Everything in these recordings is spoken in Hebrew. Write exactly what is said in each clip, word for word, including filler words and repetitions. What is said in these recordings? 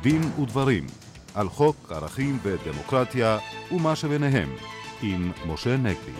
דין ודברים על חוק ערכים ודמוקרטיה ומה שביניהם עם משה נגבי.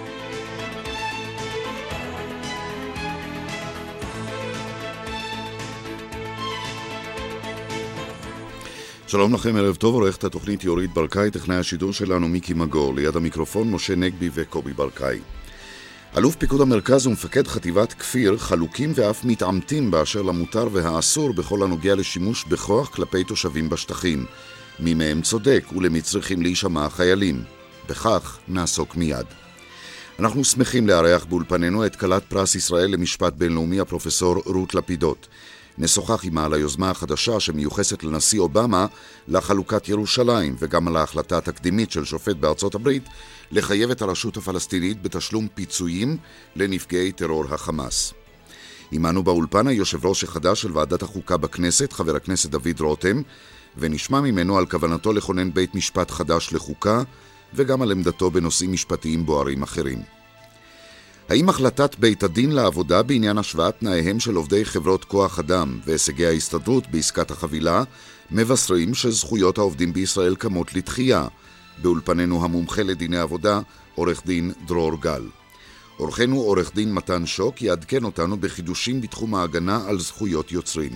שלום לכם, ערב טוב. עורכת התוכנית יורית ברקאי, טכנאי השידור שלנו מיקי מגור, ליד המיקרופון משה נגבי וקובי ברקאי. אלוף פיקוד המרכז ומפקד חטיבת כפיר חלוקים ואף מתעמתים באשר למותר והאסור בכל הנוגע לשימוש בכוח כלפי תושבים בשטחים. מי מהם צודק ולמי צריכים להישמע החיילים. בכך נעסוק מיד. אנחנו שמחים לארח באולפנינו את כלת פרס ישראל למשפט בינלאומי הפרופסור רות לפידות. נשוחח עמה על היוזמה החדשה שמיוחסת לנשיא אובמה לחלוקת ירושלים וגם על ההחלטה התקדימית של שופט בארצות הברית לחייב את הרשות הפלסטינית בתשלום פיצויים לנפגעי טרור החמאס. עמנו באולפן היושב ראש החדש של ועדת החוקה בכנסת, חבר הכנסת דוד רותם, ונשמע ממנו על כוונתו לכונן בית משפט חדש לחוקה וגם על עמדתו בנושאים משפטיים בוערים אחרים. האם החלטת בית הדין לעבודה בעניין השוואת תנאיהם של עובדי חברות כוח אדם והישגי ההסתדרות בעסקת החבילה מבשרים שזכויות העובדים בישראל קמות לתחייה? באולפנינו המומחה לדיני עבודה, עורך דין דרור גל. עורכנו עורך דין מתן שוק יעדכן אותנו בחידושים בתחום ההגנה על זכויות יוצרים.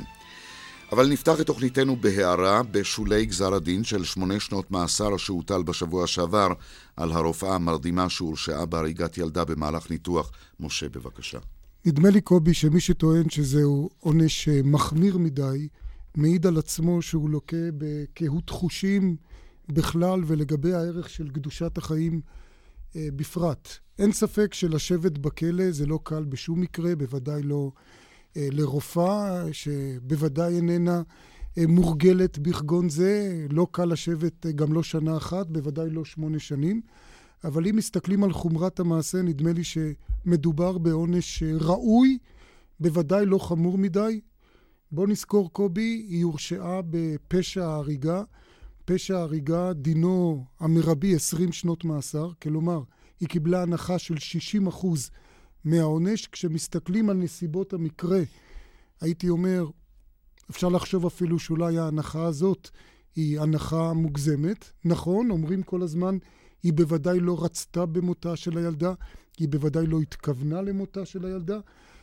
אבל נפתח את תוכניתנו בהערה בשולי גזר הדין של שמונה שנות מאסר שהוטל בשבוע שעבר על הרופאה המרדימה שהורשעה בהריגת ילדה במהלך ניתוח. משה, בבקשה. נדמה לי, קובי, שמי שטוען שזהו עונש מחמיר מדי, מעיד על עצמו שהוא לוקה בקהות חושים בכלל ולגבי הערך של קדושת החיים אה, בפרט. אין ספק שלשבת בכלא זה לא קל בשום מקרה, בוודאי לא אה, לרופאה שבוודאי איננה אה, מורגלת בכגון זה, לא קל לשבת אה, גם לא שנה אחת, בוודאי לא שמונה שנים, אבל אם מסתכלים על חומרת המעשה, נדמה לי שמדובר בעונש ראוי, בוודאי לא חמור מדי. בוא נזכור, קובי, היא הורשעה בפשע ההריגה, פשע ההריגה דינו המרבי עשרים שנות מאסר, כלומר, היא קיבלה הנחה של שישים אחוז מהעונש. כשמסתכלים על נסיבות המקרה, הייתי אומר, אפשר לחשוב אפילו שאולי ההנחה הזאת היא הנחה מוגזמת. נכון, אומרים כל הזמן, היא בוודאי לא רצתה במותה של הילדה, היא בוודאי לא התכוונה למותה של הילדה.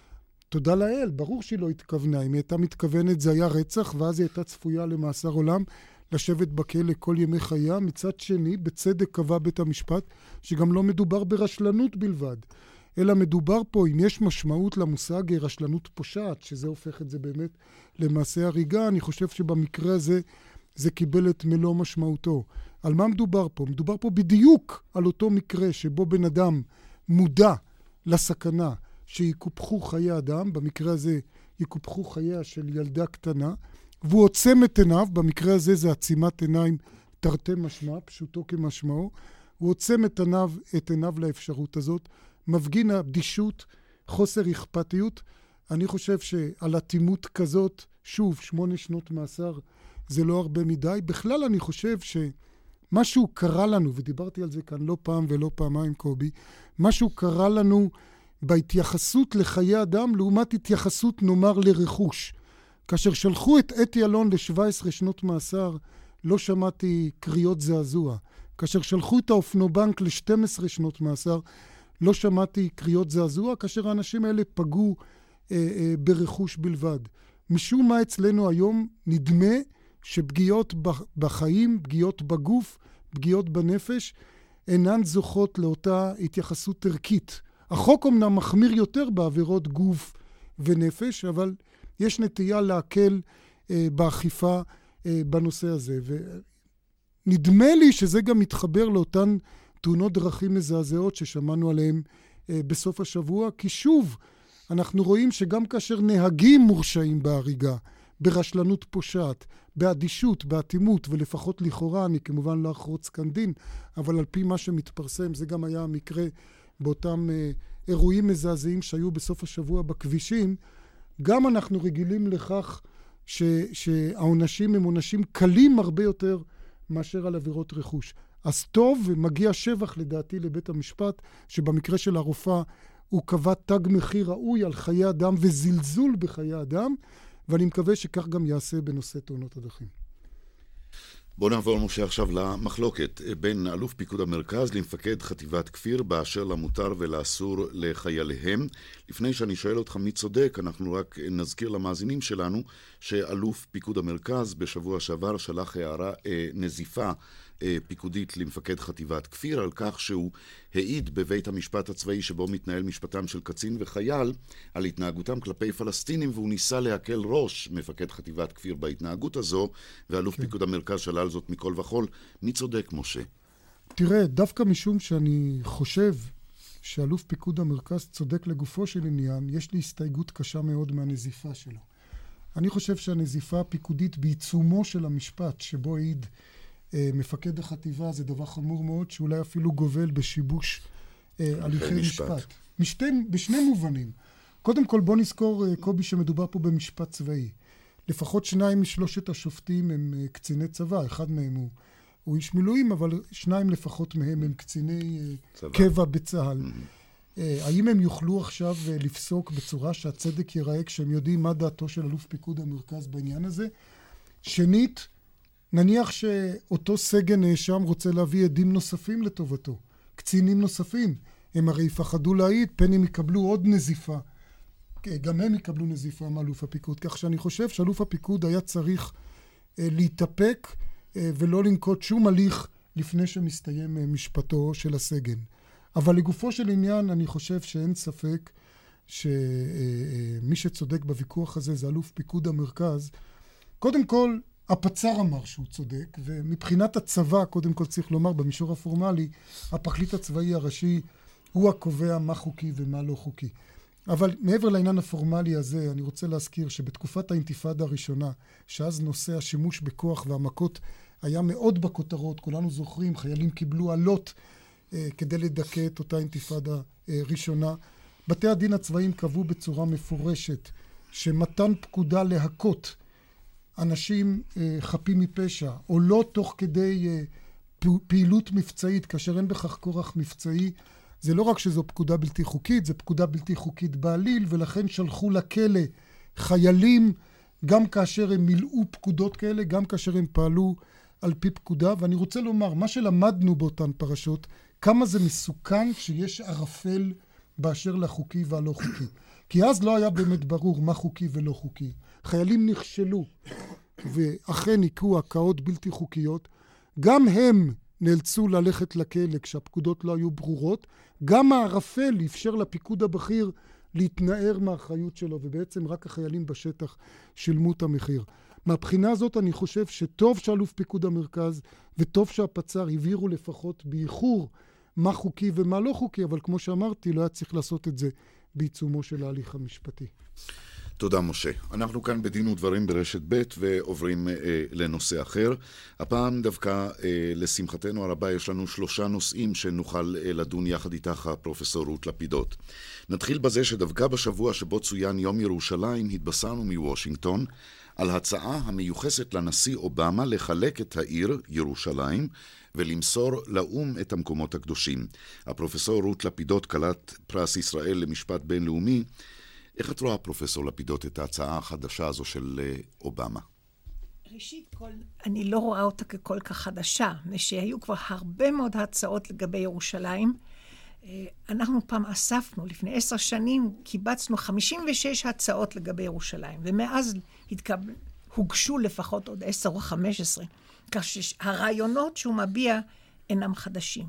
תודה לאל, ברור שהיא לא התכוונה. אם היא הייתה מתכוונת זה היה רצח, ואז היא הייתה צפויה למאסר עולם, לשבת בכלא כל ימי חייה. מצד שני, בצדק קבע בית המשפט שגם לא מדובר ברשלנות בלבד, אלא מדובר פה, אם יש משמעות למושג רשלנות פושעת, שזה הופך את זה באמת למעשה הריגה, אני חושב שבמקרה הזה זה קיבל את מלוא משמעותו. על מה מדובר פה? מדובר פה בדיוק על אותו מקרה שבו בן אדם מודע לסכנה שיקופחו חיי אדם, במקרה הזה יקופחו חייה של ילדה קטנה, והוא עוצם את עיניו, במקרה הזה זה עצימת עיניים תרתי משמע, פשוטו כמשמעו, הוא עוצם את עיניו, את עיניו לאפשרות הזאת, מפגין אדישות, חוסר אכפתיות. אני חושב שעל אטימות כזאת, שוב, שמונה שנות מאסר זה לא הרבה מדי. בכלל אני חושב שמשהו קרה לנו, ודיברתי על זה כאן לא פעם ולא פעמיים, קובי, משהו קרה לנו בהתייחסות לחיי אדם, לעומת התייחסות נאמר לרכוש. כאשר שלחו את אתי אלון ל-שבע עשרה שנות מאסר, לא שמעתי קריאות זעזוע. כאשר שלחו את האופנובנק ל-שתים עשרה שנות מאסר, לא שמעתי קריאות זעזוע, כאשר האנשים האלה פגעו אה, אה, ברכוש בלבד. משום מה אצלנו היום נדמה שפגיעות בחיים, פגיעות בגוף, פגיעות בנפש, אינן זוכות לאותה התייחסות ערכית. החוק אומנם מחמיר יותר בעבירות גוף ונפש, אבל יש נטייה להקל אה, באכיפה אה, בנושא הזה. ונדמה לי שזה גם מתחבר לאותן תאונות דרכים מזעזעות ששמענו עליהן אה, בסוף השבוע, כי שוב אנחנו רואים שגם כאשר נהגים מורשעים בהריגה, ברשלנות פושעת, באדישות, באטימות, ולפחות לכאורה, אני כמובן לא אחרוץ כאן דין, אבל על פי מה שמתפרסם, זה גם היה המקרה באותם אה, אירועים מזעזעים שהיו בסוף השבוע בכבישים, גם אנחנו רגילים לכך ש, שהעונשים הם עונשים קלים הרבה יותר מאשר על עבירות רכוש. אז טוב, ומגיע שבח לדעתי לבית המשפט, שבמקרה של הרופאה הוא קבע תג מחיר ראוי על חיי אדם וזלזול בחיי אדם, ואני מקווה שכך גם יעשה בנושא תאונות הדרכים. בואו נעבור משה עכשיו למחלוקת בין אלוף פיקוד המרכז למפקד חטיבת כפיר באשר למותר ולאסור לחייליהם. לפני שאני שואל אותך מי צודק, אנחנו רק נזכיר למאזינים שלנו שאלוף פיקוד המרכז בשבוע שעבר שלח הערה אה, נזיפה אה, פיקודית למפקד חטיבת כפיר על כך שהוא העיד בבית המשפט הצבאי שבו מתנהל משפטם של קצין וחייל על התנהגותם כלפי פלסטינים, והוא ניסה להקל ראש מפקד חטיבת כפיר בהתנהגות הזו, ואלוף כן. פיקוד המרכז שלל זאת מכל וכל. מי צודק, משה? תראה, דווקא משום שאני חושב שאלוף פיקוד המרכז צודק לגופו של עניין, יש לי הסתייגות קשה מאוד מהנזיפה שלו. אני חושב שהנזיפה הפיקודית בעיצומו של המשפט שבו העיד אה, מפקד החטיבה זה דבר חמור מאוד, שאולי אפילו גובל בשיבוש אה, הליכי משפט. משפט. משתי, בשני מובנים. קודם כל בוא נזכור, אה, קובי, שמדובר פה במשפט צבאי. לפחות שניים משלושת השופטים הם אה, קציני צבא, אחד מהם הוא, הוא איש מילואים, אבל שניים לפחות מהם הם קציני אה, קבע בצהל. Mm-hmm. אה, האם הם יוכלו עכשיו אה, לפסוק בצורה שהצדק ייראה כשהם יודעים מה דעתו של אלוף פיקוד המרכז בעניין הזה? שנית, נניח שאותו סגן נאשם רוצה להביא עדים נוספים לטובתו, קצינים נוספים, הם הרי יפחדו להעיד, פן הם יקבלו עוד נזיפה, גם הם יקבלו נזיפה מאלוף הפיקוד, כך שאני חושב שאלוף הפיקוד היה צריך אה, להתאפק אה, ולא לנקוט שום הליך לפני שמסתיים אה, משפטו של הסגן. אבל לגופו של עניין אני חושב שאין ספק שמי אה, שצודק בוויכוח הזה זה אלוף פיקוד המרכז. קודם כל, הפצ"ר אמר שהוא צודק, ומבחינת הצבא, קודם כל צריך לומר, במישור הפורמלי, הפרקליט הצבאי הראשי הוא הקובע מה חוקי ומה לא חוקי. אבל מעבר לעניין הפורמלי הזה, אני רוצה להזכיר שבתקופת האינתיפאדה הראשונה, שאז נושא השימוש בכוח והמכות היה מאוד בכותרות, כולנו זוכרים, חיילים קיבלו עלות אה, כדי לדכא את אותה אינתיפאדה אה, ראשונה. בתי הדין הצבאיים קבעו בצורה מפורשת שמתן פקודה להכות אנשים אה, חפים מפשע, או לא תוך כדי אה, פעילות מבצעית, כאשר אין בכך כורח מבצעי, זה לא רק שזו פקודה בלתי חוקית, זה פקודה בלתי חוקית בעליל, ולכן שלחו לכלא חיילים, גם כאשר הם מילאו פקודות כאלה, גם כאשר הם פעלו על פי פקודה. ואני רוצה לומר, מה שלמדנו באותן פרשות, כמה זה מסוכן שיש ערפל באשר לחוקי והלא חוקי. כי אז לא היה באמת ברור מה חוקי ולא חוקי. חיילים נכשלו, ואכן עיקו הקאות בלתי חוקיות. גם הם נאלצו ללכת לכלא כשהפקודות לא היו ברורות. גם הערפל אפשר לפיקוד הבכיר להתנער מהאחריות שלו, ובעצם רק החיילים בשטח שילמו את המחיר. מהבחינה הזאת אני חושב שטוב שאלוף פיקוד המרכז וטוב שהפצ"ר הבהירו לפחות באיחור מה חוקי ומה לא חוקי, אבל כמו שאמרתי, לא היה צריך לעשות את זה בעיצומו של ההליך המשפטי. תודה משה. אנחנו כאן בדין ודברים ברשת ב' ועוברים אה, לנושא אחר. הפעם דווקא אה, לשמחתנו הרבה יש לנו שלושה נושאים שנוכל אה, לדון יחד איתך פרופסור רות לפידות. נתחיל בזה שדווקא בשבוע שבו צוין יום ירושלים התבשרנו מוושינגטון על הצעה המיוחסת לנשיא אובמה לחלק את העיר ירושלים ולמסור לאום את המקומות הקדושים. הפרופסור רות לפידות כלת פרס ישראל למשפט בינלאומי. איך את רואה, פרופסור לפידות, את ההצעה החדשה הזו של אובמה? ראשית כל, אני לא רואה אותה ככל כך חדשה, שהיו כבר הרבה מאוד הצעות לגבי ירושלים. אנחנו פעם אספנו, לפני עשר שנים, קיבצנו חמישים ושש הצעות לגבי ירושלים, ומאז התקבל, הוגשו לפחות עוד עשר או חמש עשרה, כך שהרעיונות שהוא מביע אינם חדשים.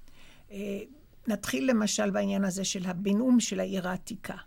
נתחיל למשל בעניין הזה של הבינאום של העיר העתיקה.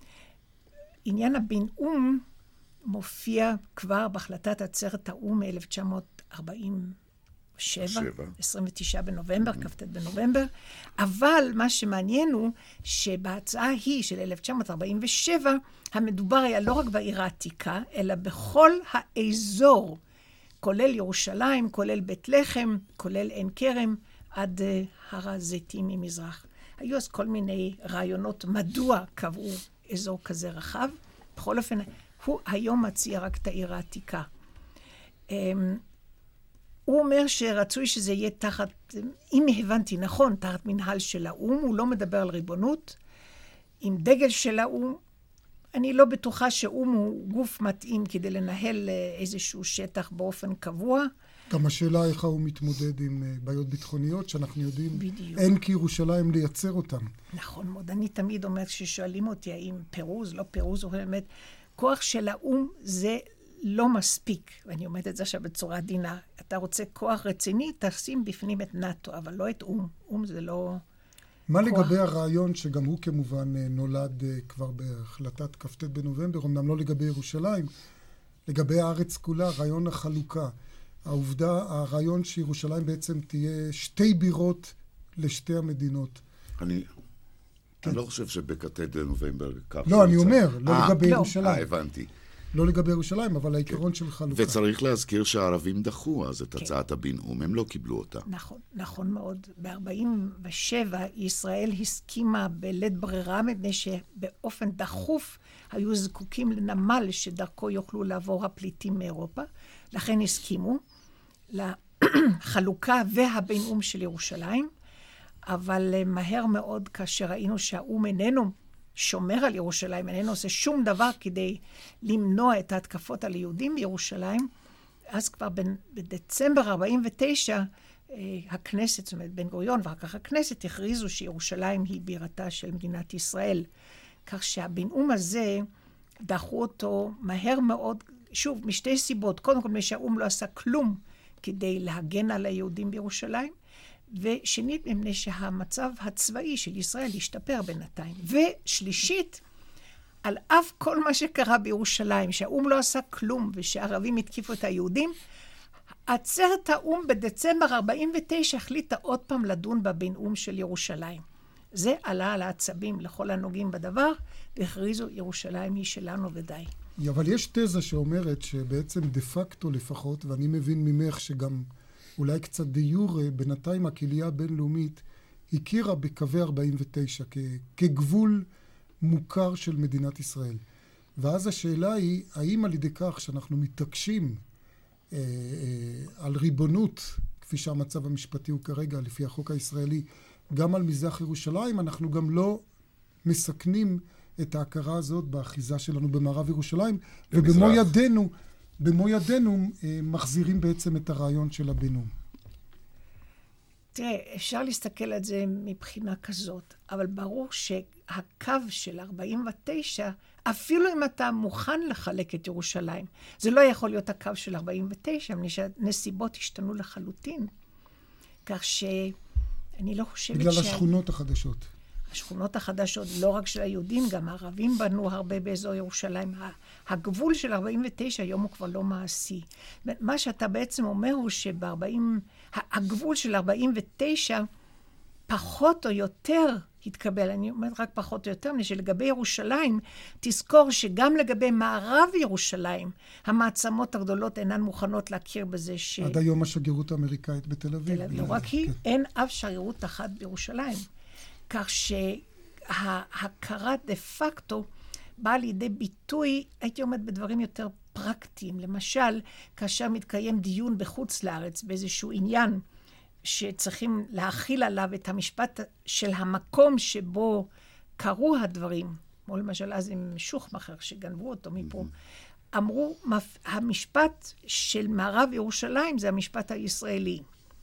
עניין הבינאום מופיע כבר בהחלטת עצרת האו"ם מ-אלף תשע מאות ארבעים ושבע, עשרים ותשעה בנובמבר, כ"ט בנובמבר, אבל מה שמעניין הוא שבהצעה היא של אלף תשע מאות ארבעים ושבע, המדובר היה לא רק בעיר העתיקה, אלא בכל האזור, כולל ירושלים, כולל בית לחם, כולל עין כרם, עד הר הזיתים ממזרח. היו אז כל מיני רעיונות מדוע קבעו אזור כזה רחב. בכל אופן, הוא היום מציע רק את העיר העתיקה. הוא אומר שרצוי שזה יהיה תחת, אם הבנתי נכון, תחת מנהל של האו"ם, הוא לא מדבר על ריבונות, עם דגל של האו"ם. אני לא בטוחה שאו"ם הוא גוף מתאים כדי לנהל איזשהו שטח באופן קבוע, גם השאלה איך הוא מתמודד עם בעיות ביטחוניות, שאנחנו יודעים, בדיוק. אין כי ירושלים לייצר אותם. נכון מאוד. אני תמיד אומרת, כששואלים אותי האם פירוז, לא פירוז, הוא באמת, כוח של האום זה לא מספיק. ואני אומרת את זה עכשיו בצורה עדינה. אתה רוצה כוח רציני, תשים בפנים את נאטו, אבל לא את אום. אום זה לא... מה כוח... לגבי הרעיון, שגם הוא כמובן נולד כבר בהחלטת כ"ט בנובמבר, אמנם לא לגבי ירושלים, לגבי הארץ כולה, רעיון החלוקה. העובדה, הרעיון שירושלים בעצם תהיה שתי בירות לשתי המדינות. אני, כן. אני לא חושב שבכ"ט בנובמבר כך... לא, אני אומר, לא 아, לגבי לא. ירושלים. אה, הבנתי. לא לגבי ירושלים, אבל העיקרון כן. של חלוקה. וצריך להזכיר שהערבים דחו אז את כן. הצעת הבינאום, הם לא קיבלו אותה. נכון, נכון מאוד. ב-ארבעים ושבע ישראל הסכימה בלית ברירה, מפני שבאופן דחוף היו זקוקים לנמל שדרכו יוכלו לעבור הפליטים מאירופה. לכן הסכימו לחלוקה והבינאום של ירושלים, אבל מהר מאוד כאשר ראינו שהאום איננו שומר על ירושלים, איננו עושה שום דבר כדי למנוע את ההתקפות על יהודים בירושלים, אז כבר בדצמבר ארבעים ותשע הכנסת, זאת אומרת בן גוריון ואחר כך הכנסת, הכריזו שירושלים היא בירתה של מדינת ישראל. כך שהבינאום הזה דחו אותו מהר מאוד, שוב, משתי סיבות. קודם כל, שהאום לא עשה כלום כדי להגן על היהודים בירושלים, ושנית, מפני שהמצב הצבאי של ישראל השתפר בינתיים. ושלישית, על אף כל מה שקרה בירושלים, שהאום לא עשה כלום, ושהערבים התקיפו את היהודים, עצרת האום בדצמבר ארבעים ותשע החליטה עוד פעם לדון בבינאום של ירושלים. זה עלה על העצבים לכל הנוגעים בדבר, והכריזו ירושלים היא שלנו ודי. אבל יש תזה שאומרת שבעצם דה פקטו לפחות, ואני מבין ממך שגם אולי קצת דה יורה, בינתיים הקהילה הבינלאומית הכירה בקווי ארבעים ותשע כ- כגבול מוכר של מדינת ישראל. ואז השאלה היא, האם על ידי כך שאנחנו מתעקשים אה, אה, על ריבונות, כפי שהמצב המשפטי הוא כרגע לפי החוק הישראלי, גם על מזרח ירושלים, אנחנו גם לא מסכנים את ההכרה הזאת באחיזה שלנו במערב ירושלים, במזרח. ובמו ידינו, במו ידינו אה, מחזירים בעצם את הרעיון של הבינאום. תראה, אפשר להסתכל על זה מבחינה כזאת, אבל ברור שהקו של ארבעים ותשע, אפילו אם אתה מוכן לחלק את ירושלים, זה לא יכול להיות הקו של ארבעים ותשע, מפני שהנסיבות השתנו לחלוטין. כך שאני לא חושבת בגלל ש... בגלל השכונות החדשות. השכונות החדשות, לא רק של היהודים, גם הערבים בנו הרבה באזור ירושלים. הגבול של ארבעים ותשע היום הוא כבר לא מעשי. מה שאתה בעצם אומר הוא שב-ארבעים, הגבול של ארבעים ותשע פחות או יותר התקבל, אני אומרת רק פחות או יותר, מפני שלגבי ירושלים, תזכור שגם לגבי מערב ירושלים, המעצמות הגדולות אינן מוכנות להכיר בזה ש... עד היום השגרירות האמריקאית בתל אביב. לא רק היא, אין אף שגרירות אחת בירושלים. כך שההכרה דה פקטו באה לידי ביטוי, הייתי אומרת, בדברים יותר פרקטיים. למשל, כאשר מתקיים דיון בחוץ לארץ באיזשהו עניין, שצריכים להכיל עליו את המשפט של המקום שבו קרו הדברים, כמו למשל אז עם שוחמאכר שגנבו אותו מפה, אמרו, המשפט של מערב ירושלים זה המשפט הישראלי.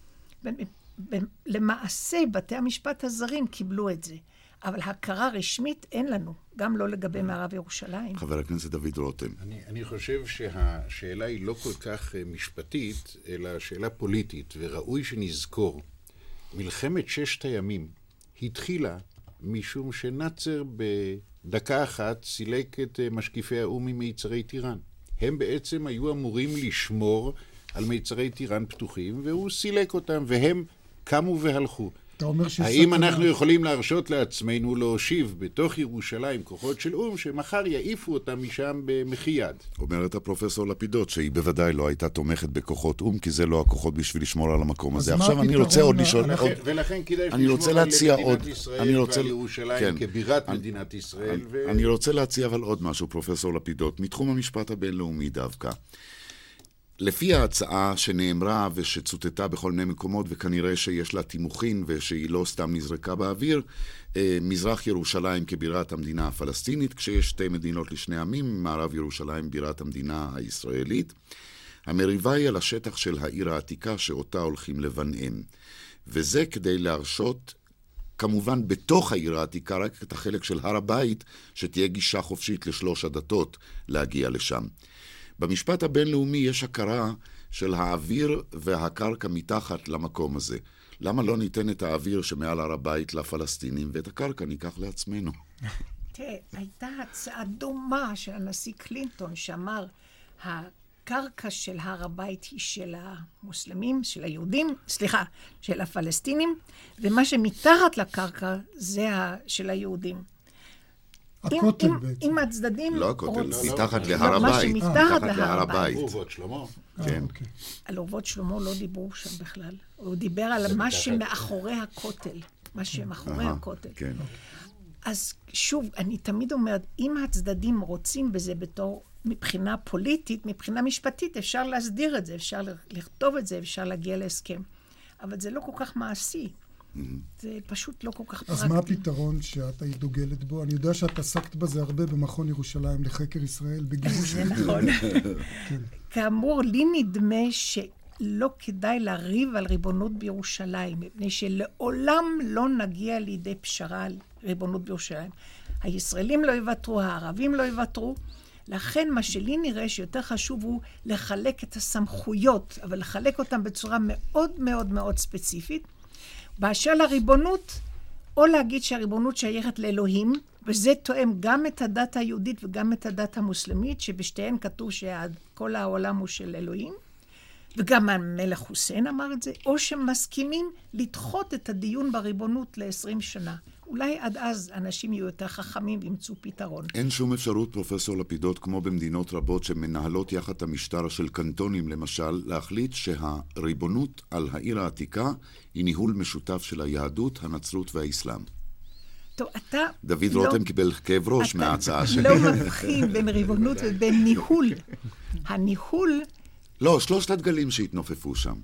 למעשה, בתי המשפט הזרים קיבלו את זה, אבל הכרה רשמית אין לנו, גם לא לגבי מערב ירושלים. חבר הכנסת דוד רותם. אני, אני חושב שהשאלה היא לא כל כך משפטית, אלא שאלה פוליטית, וראוי שנזכור. מלחמת ששת הימים התחילה משום שנאצר בדקה אחת סילק את משקיפי האו"ם ממיצרי טיראן. הם בעצם היו אמורים לשמור על מיצרי טיראן פתוחים, והוא סילק אותם, והם קמו והלכו. האם אנחנו יכולים להרשות לעצמנו להושיב בתוך ירושלים כוחות של אום שמחר יעיפו אותם משם במחי יד? אומרת הפרופסור לפידות שהיא בוודאי לא הייתה תומכת בכוחות אום, כי זה לא הכוחות בשביל לשמור על המקום הזה. עכשיו אני רוצה עוד לשאול... ולכן כדאי לשמור על מדינת ישראל ועל ירושלים כבירת מדינת ישראל. אני רוצה להציע אבל עוד משהו, פרופסור לפידות, מתחום המשפט הבינלאומי דווקא. לפי ההצעה שנאמרה ושצוטטה בכל מיני מקומות, וכנראה שיש לה תימוכין ושהיא לא סתם נזרקה באוויר, מזרח ירושלים כבירת המדינה הפלסטינית, כשיש שתי מדינות לשני עמים, מערב ירושלים בירת המדינה הישראלית. המריבה היא על השטח של העיר העתיקה שאותה הולכים לבנאם. וזה כדי להרשות, כמובן בתוך העיר העתיקה, רק את החלק של הר הבית, שתהיה גישה חופשית לשלוש הדתות להגיע לשם. במשפט הבינלאומי יש הכרה של האוויר והקרקע מתחת למקום הזה. למה לא ניתן את האוויר שמעל הר הבית לפלסטינים, ואת הקרקע ניקח לעצמנו? תראה, הייתה הצעה דומה של הנשיא קלינטון, שאמר, הקרקע של הר הבית היא של המוסלמים, של היהודים, סליחה, של הפלסטינים, ומה שמתחת לקרקע זה של היהודים. הכותל אם, בעצם. אם הצדדים... לא הכותל, רוצים, מתחת לא, להר לא, מה הבית. שמתחת להר הבית. אורוות שלמה. כן. אוקיי. על אורוות שלמה לא דיברו שם בכלל. הוא דיבר על מה שמאחורי הכותל. מה שמאחורי הכותל. כן. אז שוב, אני תמיד אומרת, אם הצדדים רוצים בזה בתור מבחינה פוליטית, מבחינה משפטית, אפשר להסדיר את זה, אפשר לכתוב את זה, אפשר להגיע להסכם. אבל זה לא כל כך מעשי. זה פשוט לא כל כך פרקטי. אז מה הפתרון שאת היית דוגלת בו? אני יודע שאת עסקת בזה הרבה במכון ירושלים לחקר ישראל, בגיבוש... זה נכון. כאמור, לי נדמה שלא כדאי לריב על ריבונות בירושלים, מפני שלעולם לא נגיע לידי פשרה על ריבונות בירושלים. הישראלים לא יוותרו, הערבים לא יוותרו. לכן מה שלי נראה שיותר חשוב הוא לחלק את הסמכויות, אבל לחלק אותם בצורה מאוד מאוד מאוד ספציפית. באשר לריבונות, או להגיד שהריבונות שייכת לאלוהים, וזה תואם גם את הדת היהודית וגם את הדת המוסלמית, שבשתיהן כתוב שכל העולם הוא של אלוהים, וגם המלך חוסיין אמר את זה, או שמסכימים לדחות את הדיון בריבונות ל-עשרים שנה. אולי עד אז אנשים יהיו יותר חכמים וימצאו פתרון. אין שום אפשרות, פרופסור לפידות, כמו במדינות רבות שמנהלות יחד את המשטר של קנטונים, למשל, להחליט שהריבונות על העיר העתיקה היא ניהול משותף של היהדות, הנצרות והאסלאם. טוב, אתה... דוד לא, רותם קיבל כאב ראש מההצעה שלי. לא מבחין בין ריבונות ובין ניהול. הניהול... לא, שלושת הדגלים שהתנופפו שם.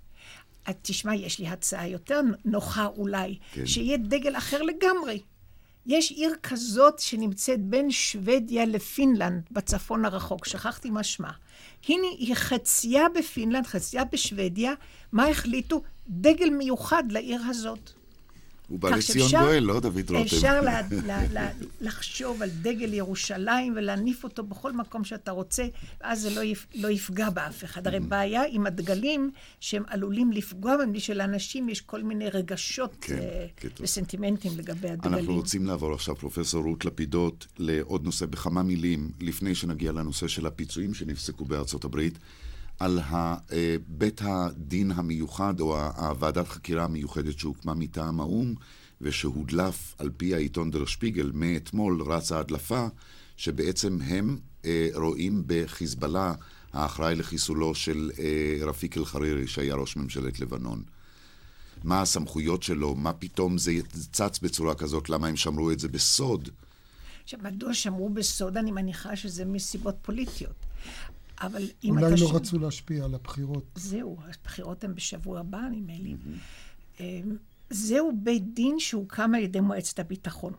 אז תשמע, יש לי הצעה יותר נוחה אולי, כן. שיהיה דגל אחר לגמרי. יש עיר כזאת שנמצאת בין שוודיה לפינלנד, בצפון הרחוק, שכחתי מה שמה. הנה היא חצייה בפינלנד, חצייה בשוודיה, מה החליטו? דגל מיוחד לעיר הזאת. הוא בא לציון גואל, לא דוד רותם? אפשר לה, לה, לה, לחשוב על דגל ירושלים ולהניף אותו בכל מקום שאתה רוצה, אז זה לא, יפ, לא יפגע באף אחד. הרי בעיה עם הדגלים שהם עלולים לפגוע במי שלאנשים יש כל מיני רגשות כן, uh, וסנטימנטים לגבי הדגלים. אנחנו רוצים לעבור עכשיו, פרופסור רות לפידות, לעוד נושא בכמה מילים, לפני שנגיע לנושא של הפיצויים שנפסקו בארצות הברית, על בית הדין המיוחד, או הוועדת חקירה המיוחדת שהוקמה מטעם האום, ושהודלף על פי העיתון דר שפיגל, מאתמול רצה הדלפה, שבעצם הם רואים בחיזבאללה האחראי לחיסולו של רפיק אל-חרירי, שהיה ראש ממשלת לבנון. מה הסמכויות שלו? מה פתאום זה צץ בצורה כזאת? למה הם שמרו את זה בסוד? עכשיו, מדוע שמרו בסוד? אני מניחה שזה מסיבות פוליטיות. אבל אולי לא ש... רצו להשפיע על הבחירות. זהו, הבחירות הן בשבוע הבא, נדמה לי. Mm-hmm. זהו בית דין שהוקם על ידי מועצת הביטחון.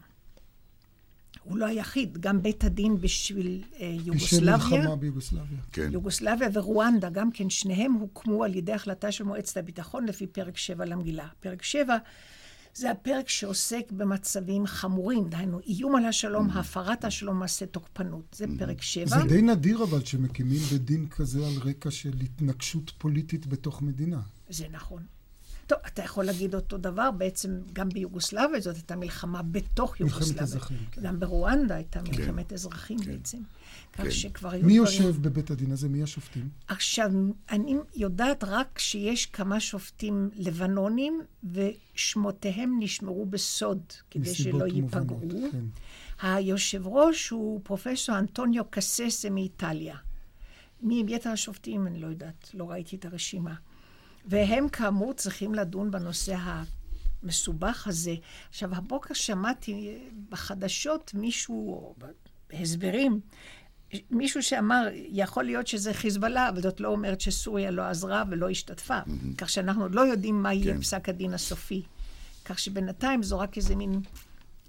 הוא לא היחיד, גם בית הדין בשביל יוגוסלביה. בשביל מלחמה ביוגוסלביה. כן. יוגוסלביה ורואנדה, גם כן שניהם הוקמו על ידי החלטה של מועצת הביטחון לפי פרק שבע למגילה. פרק שבע זה הפרק שעוסק במצבים חמורים, דהיינו, איום על השלום, הפרת השלום, מעשה תוקפנות. זה פרק שבע. זה די נדיר אבל שמקימים בדין כזה על רקע של התנגשות פוליטית בתוך מדינה. זה נכון. טוב, אתה יכול להגיד אותו דבר, בעצם גם ביוגוסלביה זאת הייתה מלחמה בתוך יוגוסלביה. מלחמת אזרחים, כן. גם ברואנדה הייתה כן. מלחמת אזרחים כן. בעצם. כן. כך שכבר היו מי דברים... יושב בבית הדין הזה? מי השופטים? עכשיו, אני יודעת רק שיש כמה שופטים לבנונים, ושמותיהם נשמרו בסוד, כדי שלא ייפגעו. כן. היושב ראש הוא פרופסור אנטוניו קססה מאיטליה. מי הם יתר השופטים? אני לא יודעת, לא ראיתי את הרשימה. והם כאמור צריכים לדון בנושא המסובך הזה. עכשיו, הבוקר שמעתי בחדשות מישהו, בהסברים, מישהו שאמר, יכול להיות שזה חיזבאללה, אבל זאת לא אומרת שסוריה לא עזרה ולא השתתפה. Mm-hmm. כך שאנחנו לא יודעים מה יהיה כן. פסק הדין הסופי. כך שבינתיים זו רק איזה מין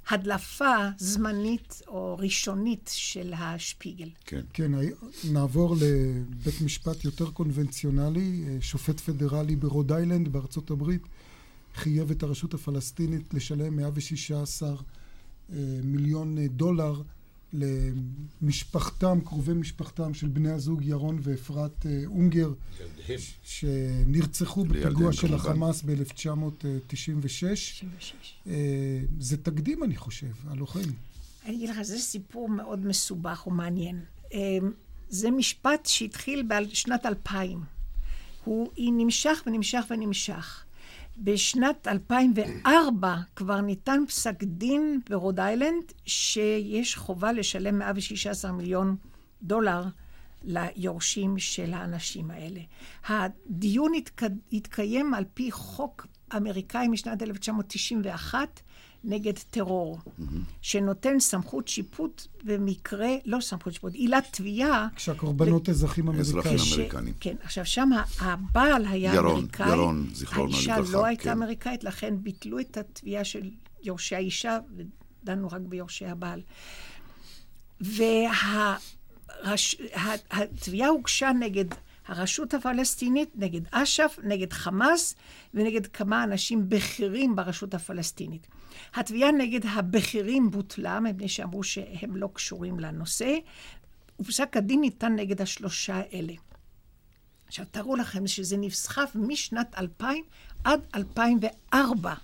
הדלפה זמנית או ראשונית של השפיגל. כן. כן, נעבור לבית משפט יותר קונבנציונלי. שופט פדרלי ברוד איילנד בארצות הברית חייב את הרשות הפלסטינית לשלם מאה ושישה עשר מיליון דולר למשפחתם, קרובי משפחתם של בני הזוג ירון ואפרת אונגר, שנרצחו בפיגוע של החמאס ב-אלף תשע מאות תשעים ושש. זה תקדים, אני חושב, הלוחם. אני אגיד לך, זה סיפור מאוד מסובך ומעניין. זה משפט שהתחיל בשנת אלפיים. הוא נמשך ונמשך ונמשך. בשנת אלפיים וארבע כבר ניתן פסק דין ברוד איילנד שיש חובה לשלם מאה ושישה עשר מיליון דולר ליורשים של האנשים האלה. הדיון התקיים על פי חוק אמריקאי משנת אלף תשע מאות תשעים ואחת נגד טרור, שנותן סמכות שיפוט במקרה, לא סמכות שיפוט, עילת תביעה. כשהקורבנות אזרחים אמריקאים. אזרחים אמריקנים. כן, עכשיו שם הבעל היה ירון, אמריקאי. ירון, זיכרונו לברכה. האישה לא הייתה כן. אמריקאית, לכן ביטלו את התביעה של יורשי האישה, ודנו רק ביורשי הבעל. והתביעה הוגשה נגד הרשות הפלסטינית, נגד אש"ף, נגד חמאס, ונגד כמה אנשים בכירים ברשות הפלסטינית. התביעה נגד הבכירים בוטלה, מפני שאמרו שהם לא קשורים לנושא, ופסק הדין ניתן נגד השלושה האלה. עכשיו, תראו לכם שזה נסחף משנת אלפיים עד אלפיים וארבע,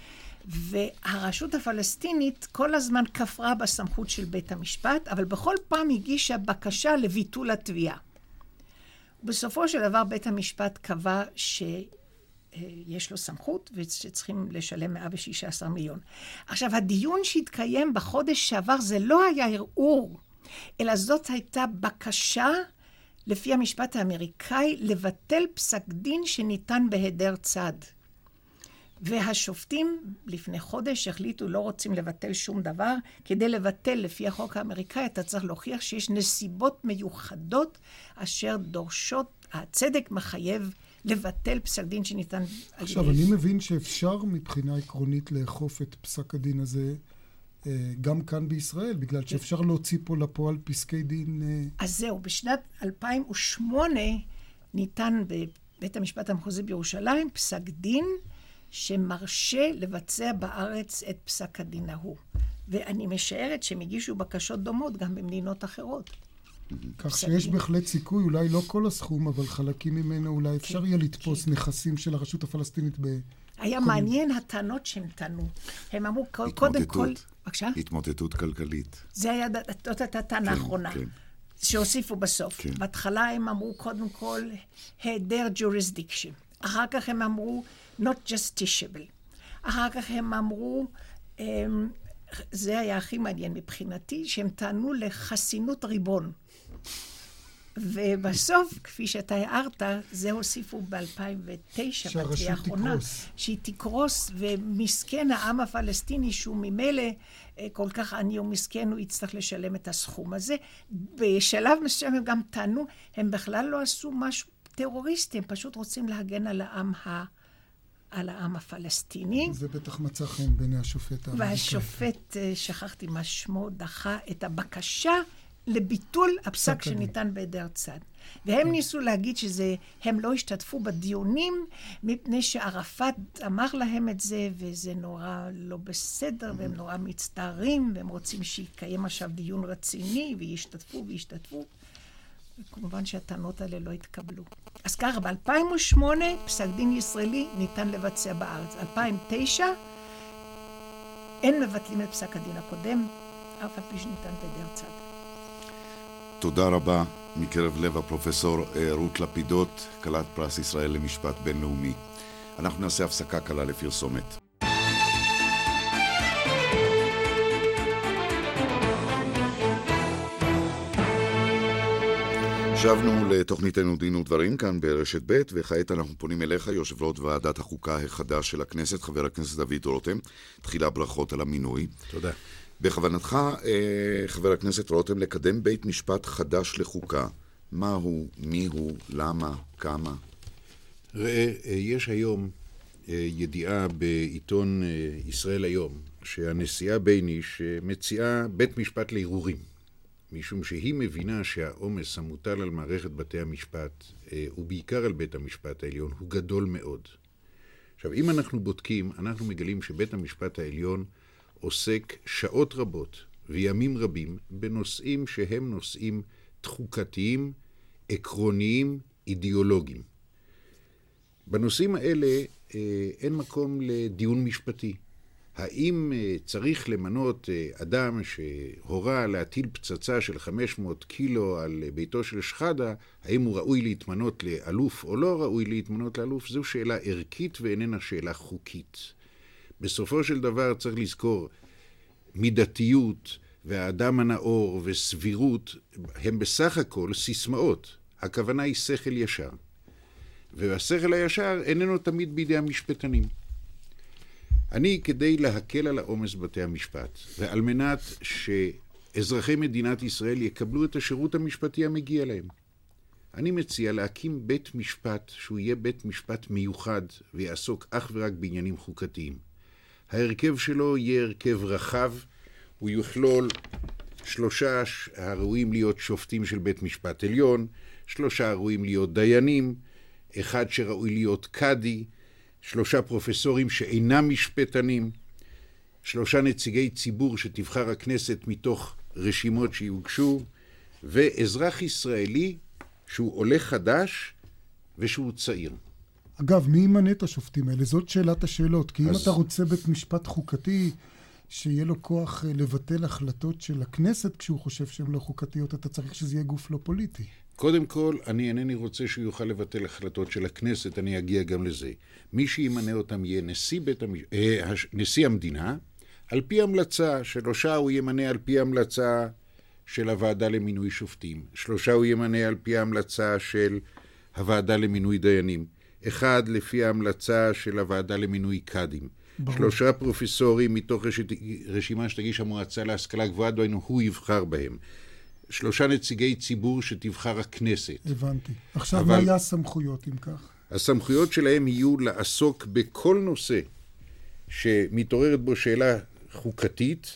והרשות הפלסטינית כל הזמן כפרה בסמכות של בית המשפט, אבל בכל פעם הגישה בקשה לביטול התביעה. בסופו של דבר בית המשפט קבע שיש לו סמכות ושצריכים לשלם מאה ושישה עשר מיליון. עכשיו, הדיון שהתקיים בחודש שעבר זה לא היה ערעור, אלא זאת הייתה בקשה לפי המשפט האמריקאי לבטל פסק דין שניתן בהיעדר צד. והשופטים לפני חודש החליטו לא רוצים לבטל שום דבר. כדי לבטל לפי החוק האמריקאי אתה צריך להוכיח שיש נסיבות מיוחדות אשר דורשות, הצדק מחייב לבטל פסק דין שניתן. עכשיו, אני מבין שאפשר מבחינה עקרונית לאכוף את פסק הדין הזה גם כאן בישראל, בגלל שאפשר להוציא פה לפועל פסקי דין. אז זהו, בשנת אלפיים ושמונה ניתן בבית המשפט המחוזי בירושלים פסק דין שמרשה לבצע בארץ את פסק הדין ההוא. ואני משערת שהם הגישו בקשות דומות גם במדינות אחרות. כך שיש בהחלט סיכוי, אולי לא כל הסכום, אבל חלקים ממנו אולי אפשר יהיה לתפוס נכסים של הרשות הפלסטינית ב... היה מעניין הטענות שהם טענו. הם אמרו קודם כל... בבקשה? התמוטטות כלכלית. זה היה, זאת הייתה טענה האחרונה. שהוסיפו בסוף. בהתחלה הם אמרו קודם כל היעדר jurisdiction. אחר כך הם אמרו not justiciable. אחר כך הם אמרו, זה היה הכי מעניין מבחינתי, שהם טענו לחסינות ריבון. ובסוף, כפי שאתה הערת, זה הוסיפו ב-אלפיים ותשע, בתביעה האחרונה, שהיא תקרוס, ומסכן העם הפלסטיני, שהוא ממילא כל כך עני ומסכן, הוא יצטרך לשלם את הסכום הזה. בשלב מסוים הם גם טענו, הם בכלל לא עשו משהו טרוריסטי, הם פשוט רוצים להגן על העם ה... על העם הפלסטיני. זה בטח מצא חן בעיני השופט. והשופט, שכחתי מה שמו, דחה את הבקשה לביטול הפסק שניתן בהיעדר צד. והם ניסו להגיד שהם לא השתתפו בדיונים, מפני שערפאת אמר להם את זה, וזה נורא לא בסדר, והם נורא מצטערים, והם רוצים שיקיים עכשיו דיון רציני, וישתתפו וישתתפו. וכמובן שהטענות האלה לא התקבלו. אז ככה, ב-אלפיים ושמונה פסק דין ישראלי ניתן לבצע בארץ. אלפיים ותשע אין מבטלים את פסק הדין הקודם, אף על פי שניתן בהיעדר צד. תודה רבה מקרב לב הפרופסור רות לפידות, כלת פרס ישראל למשפט בינלאומי. אנחנו נעשה הפסקה קלה לפרסומת. שבנו לתוכניתנו דין ודברים כאן ברשת ב', וכעת אנחנו פונים אליך, יושב ראש ועדת החוקה החדש של הכנסת, חבר הכנסת דוד רותם. תחילה ברכות על המינוי. תודה. בכוונתך, חבר הכנסת רותם, לקדם בית משפט חדש לחוקה. מהו, מיהו, למה, כמה? ראה, יש היום ידיעה בעיתון ישראל היום, שהנשיאה בייניש מציעה בית משפט לערעורים, משום שהיא מבינה שהעומס המוטל על מערכת בתי המשפט, ובעיקר על בית המשפט העליון, הוא גדול מאוד. עכשיו, אם אנחנו בודקים, אנחנו מגלים שבית המשפט העליון עוסק שעות רבות וימים רבים בנושאים שהם נושאים תחוקתיים, עקרוניים, אידיאולוגיים. בנושאים האלה אה, אין מקום לדיון משפטי. האם אה, צריך למנות אה, אדם שהורה להטיל פצצה של חמש מאות קילו על ביתו של שחדה, האם הוא ראוי להתמנות לאלוף או לא ראוי להתמנות לאלוף? זו שאלה ערכית ואיננה שאלה חוקית. בסופו של דבר צריך לזכור, מידתיות והאדם הנאור וסבירות הם בסך הכל סיסמאות. הכוונה היא שכל ישר. והשכל הישר איננו תמיד בידי המשפטנים. אני, כדי להקל על העומס בתי המשפט, ועל מנת שאזרחי מדינת ישראל יקבלו את השירות המשפטי המגיע להם, אני מציע להקים בית משפט שהוא יהיה בית משפט מיוחד ויעסוק אך ורק בעניינים חוקתיים. ההרכב שלו יהיה הרכב רחב, הוא יכלול שלושה הראויים להיות שופטים של בית משפט עליון, שלושה הראויים להיות דיינים, אחד שראוי להיות קאדי, שלושה פרופסורים שאינם משפטנים, שלושה נציגי ציבור שתבחר הכנסת מתוך רשימות שיוגשו, ואזרח ישראלי שהוא עולה חדש ושהוא צעיר. אגב, מי ימנה את השופטים האלה? זאת שאלת השאלות. כי אז... אם אתה רוצה בית משפט חוקתי, שיהיה לו כוח לבטל החלטות של הכנסת כשהוא חושב שהן לא חוקתיות, אתה צריך שזה יהיה גוף לא פוליטי. קודם כל, אני אינני רוצה שהוא יוכל לבטל החלטות של הכנסת, אני אגיע גם לזה. מי שימנה אותם יהיה נשיא, בית המש... אה, נשיא המדינה, על פי המלצה, שלושה הוא ימנה על פי המלצה של הוועדה למינוי שופטים, שלושה הוא ימנה על פי המלצה של הוועדה למינוי דיינים, אחד לפי ההמלצה של הוועדה למינוי קאדים, ברור. שלושה פרופסורים מתוך רש... רשימה שתגיש המועצה להשכלה גבוהה, דוינו הוא יבחר בהם. שלושה נציגי ציבור שתבחר הכנסת. הבנתי. עכשיו, אבל... מה היה הסמכויות אם כך? הסמכויות שלהם יהיו לעסוק בכל נושא שמתעוררת בו שאלה חוקתית,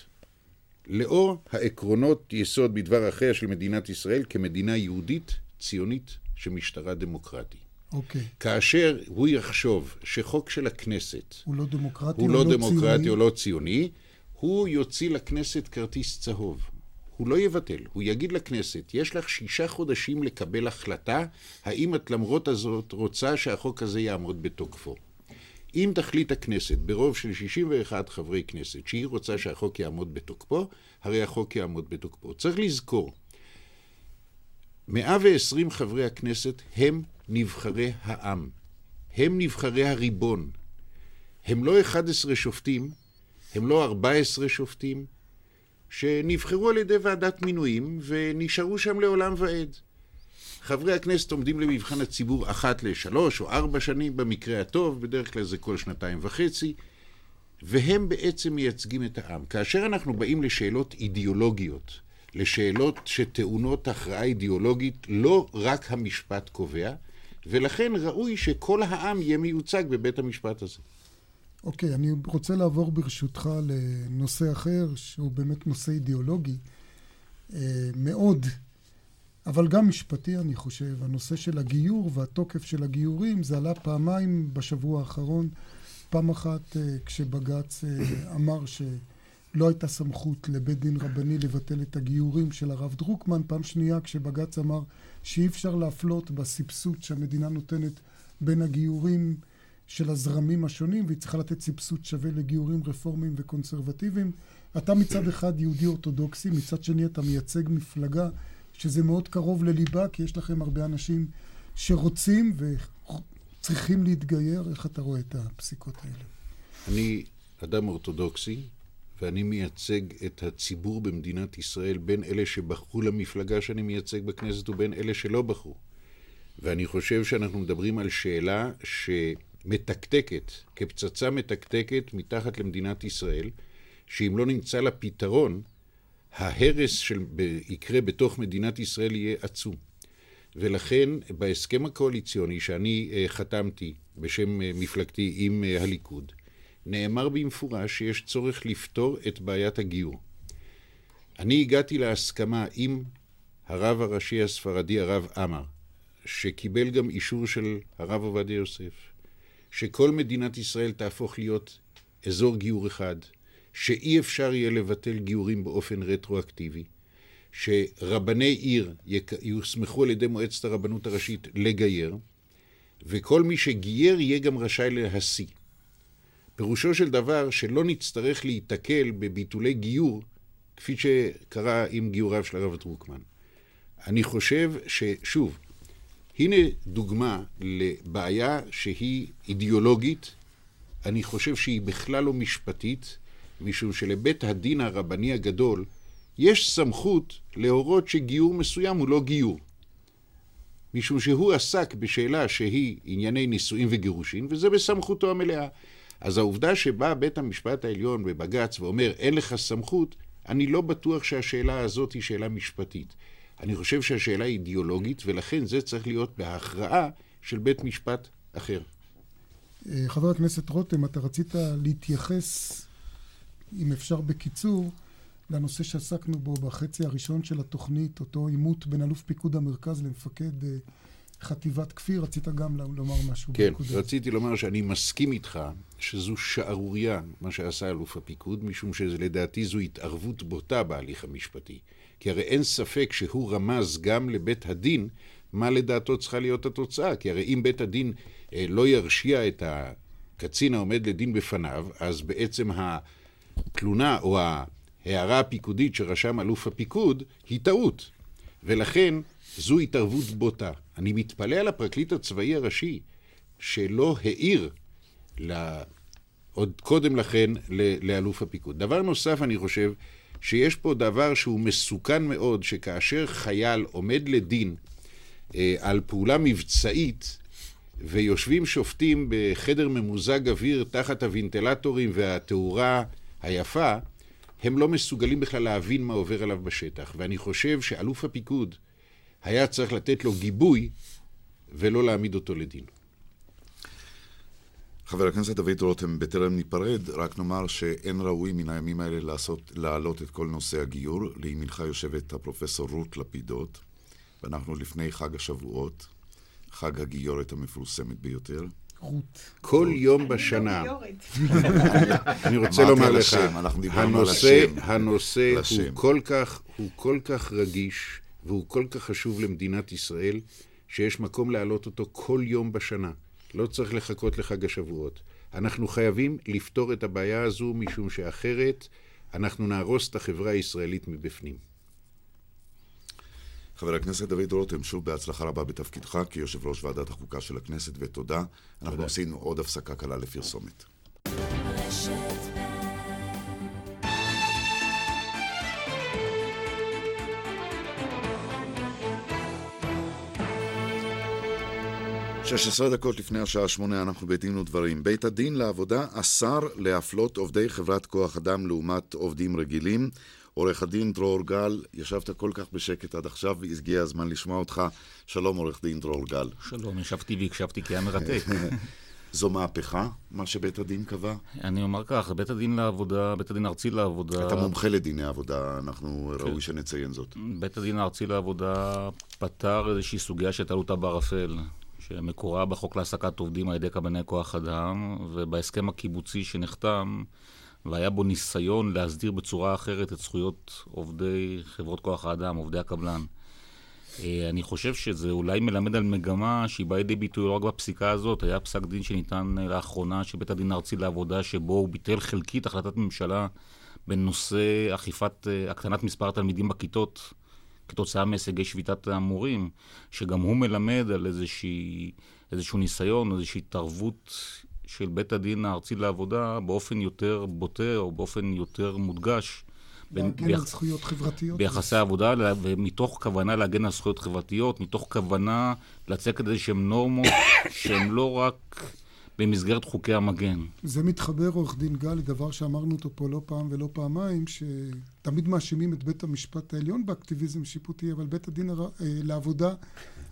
לאור העקרונות יסוד בדבר ערכיה של מדינת ישראל כמדינה יהודית, ציונית, שמשטרה דמוקרטי. אוקיי. כאשר הוא יחשוב שחוק של הכנסת הוא לא דמוקרטי, הוא או לא לא דמוקרטי ציוני. או לא ציוני, הוא יוציא לכנסת כרטיס צהוב. הוא לא יבטל, הוא יגיד לכנסת, יש לך שישה חודשים לקבל החלטה, האם את למרות הזאת רוצה שהחוק הזה יעמוד בתוקפו. אם תחליט הכנסת ברוב של שישים ואחד חברי כנסת שהיא רוצה שהחוק יעמוד בתוקפו, הרי החוק יעמוד בתוקפו. צריך לזכור, מאה ועשרים חברי הכנסת הם נבחרי העם, הם נבחרי הריבון, הם לא אחד עשר שופטים, הם לא ארבע עשרה שופטים, שנבחרו על ידי ועדת מינויים ונשארו שם לעולם ועד. חברי הכנסת עומדים למבחן הציבור אחת לשלוש או ארבע שנים במקרה הטוב, בדרך כלל זה כל שנתיים וחצי, והם בעצם מייצגים את העם. כאשר אנחנו באים לשאלות אידיאולוגיות, לשאלות שטעונות הכרעה אידיאולוגית, לא רק המשפט קובע, ולכן ראוי שכל העם יהיה מיוצג בבית המשפט הזה. אוקיי, אני רוצה לעבור ברשותך לנושא אחר, שהוא באמת נושא אידיאולוגי אה, מאוד, אבל גם משפטי, אני חושב. הנושא של הגיור והתוקף של הגיורים, זה עלה פעמיים בשבוע האחרון. פעם אחת אה, כשבג"ץ אה, אמר שלא הייתה סמכות לבית דין רבני לבטל את הגיורים של הרב דרוקמן. פעם שנייה כשבג"ץ אמר שאי אפשר להפלות בסבסוד שהמדינה נותנת בין הגיורים של הזרמים השונים, והיא צריכה לתת סבסוד שווה לגיורים רפורמיים וקונסרבטיביים. אתה מצד אחד יהודי אורתודוקסי, מצד שני אתה מייצג מפלגה שזה מאוד קרוב לליבה, כי יש לכם הרבה אנשים שרוצים וצריכים להתגייר. איך אתה רואה את הפסיקות האלה? אני אדם אורתודוקסי, ואני מייצג את הציבור במדינת ישראל, בין אלה שבחרו למפלגה שאני מייצג בכנסת ובין אלה שלא בחרו. ואני חושב שאנחנו מדברים על שאלה שמתקתקת, כפצצה מתקתקת מתחת למדינת ישראל, שאם לא נמצא לה פתרון, ההרס של יקרה בתוך מדינת ישראל יהיה עצום. ולכן בהסכם הקואליציוני שאני חתמתי בשם מפלגתי עם הליכוד, נאמר במפורש שיש צורך לפתור את בעיית הגיור. אני הגעתי להסכמה עם הרב הראשי הספרדי, הרב עמר, שקיבל גם אישור של הרב עובדיה יוסף, שכל מדינת ישראל תהפוך להיות אזור גיור אחד, שאי אפשר יהיה לבטל גיורים באופן רטרואקטיבי, שרבני עיר יוסמכו על ידי מועצת הרבנות הראשית לגייר, וכל מי שגייר יהיה גם רשאי להשיא. פירושו של דבר שלא נצטרך להתקל בביטולי גיור, כפי שקרה עם גיוריו של הרב דרוקמן. אני חושב ששוב, הנה דוגמה לבעיה שהיא אידיאולוגית, אני חושב שהיא בכלל לא משפטית, משום שלבית הדין הרבני הגדול יש סמכות להורות שגיור מסוים הוא לא גיור. משום שהוא עסק בשאלה שהיא ענייני נישואים וגירושין, וזה בסמכותו המלאה. אז העובדה שבא בית המשפט העליון בבג"ץ ואומר אין לך סמכות, אני לא בטוח שהשאלה הזאת היא שאלה משפטית. אני חושב שהשאלה היא אידיאולוגית, ולכן זה צריך להיות בהכרעה של בית משפט אחר. חבר הכנסת רותם, אתה רצית להתייחס, אם אפשר בקיצור, לנושא שעסקנו בו בחצי הראשון של התוכנית, אותו עימות בין אלוף פיקוד המרכז למפקד חטיבת כפיר. רצית גם לומר משהו? כן, בקודם. רציתי לומר שאני מסכים איתך שזו שערוריה מה שעשה אלוף הפיקוד, משום שלדעתי זו התערבות בוטה בהליך המשפטי. כי הרי אין ספק שהוא רמז גם לבית הדין מה לדעתו צריכה להיות התוצאה. כי הרי אם בית הדין אה, לא ירשיע את הקצין העומד לדין בפניו, אז בעצם התלונה או ההערה הפיקודית שרשם אלוף הפיקוד היא טעות. ולכן זו התערבות בוטה. אני מתפלא על הפרקליט הצבאי הראשי שלא העיר לה, עוד קודם לכן ל, לאלוף הפיקוד. דבר נוסף, אני חושב שיש פה דבר שהוא מסוכן מאוד, שכאשר חייל עומד לדין אה, על פעולה מבצעית, ויושבים שופטים בחדר ממוזג אוויר תחת הוונטילטורים והתאורה היפה, הם לא מסוגלים בכלל להבין מה עובר עליו בשטח. ואני חושב שאלוף הפיקוד היה צריך לתת לו גיבוי ולא להעמיד אותו לדין. חבר הכנסת דוד רותם, בטרם ניפרד, רק נאמר שאין ראוי מן הימים האלה לעשות, להעלות את כל נושא הגיור. לימינך יושבת הפרופסור רות לפידות, ואנחנו לפני חג השבועות, חג הגיורת המפורסמת ביותר. רות. כל יום בשנה. אני רוצה לומר לך, הנושא, הנושא הוא כל כך, הוא כל כך רגיש, והוא כל כך חשוב למדינת ישראל, שיש מקום להעלות אותו כל יום בשנה. לא צריך לחכות לחג השבועות. אנחנו חייבים לפתור את הבעיה הזו, משום שאחרת אנחנו נהרוס את החברה הישראלית מבפנים. חבר הכנסת דוד רותם, שוב בהצלחה רבה בתפקידך כיושב ראש ועדת החוקה של הכנסת, ותודה. אנחנו עשינו עוד הפסקה קלה לפרסומת. שש עשרה דקות לפני השעה שמונה אנחנו בדין ודברים. בית הדין לעבודה אסר להפלות עובדי חברת כוח אדם לעומת עובדים רגילים. עורך הדין דרור גל, ישבת כל כך בשקט עד עכשיו, והגיע הזמן לשמוע אותך. שלום עורך דין דרור גל. שלום, ישבתי והקשבתי כי היה מרתק. זו מהפכה, מה שבית הדין קבע? אני אומר כך, בית הדין לעבודה, בית הדין הארצי לעבודה... אתה מומחה לדיני עבודה, אנחנו כן. ראוי שנציין זאת. בית הדין הארצי לעבודה פתר איזושהי סוגיה שתעלו אותה בערפל, שמקורה בחוק להעסקת עובדים על ידי קבלני כוח אדם, ובהסכם הקיבוצי שנחתם, והיה בו ניסיון להסדיר בצורה אחרת את זכויות עובדי חברות כוח האדם, עובדי הקבלן. אני חושב שזה אולי מלמד על מגמה שהיא באה לידי ביטוי לא רק בפסיקה הזאת. היה פסק דין שניתן לאחרונה של בית הדין הארצי לעבודה, שבו הוא ביטל חלקית החלטת ממשלה בנושא אכיפת, הקטנת מספר התלמידים בכיתות, כתוצאה מהישגי שביתת המורים, שגם הוא מלמד על איזושהי, איזשהו ניסיון, איזושהי התערבות של בית הדין הארצי לעבודה באופן יותר בוטה או באופן יותר מודגש. להגן על זכויות חברתיות. ביחסי העבודה, ומתוך כוונה להגן על זכויות חברתיות, מתוך כוונה לצק את איזשהם נורמות שהן לא רק במסגרת חוקי המגן. זה מתחבר, עורך דין גל, לדבר שאמרנו אותו פה לא פעם ולא פעמיים, שתמיד מאשימים את בית המשפט העליון באקטיביזם שיפוטי, אבל בית הדין לעבודה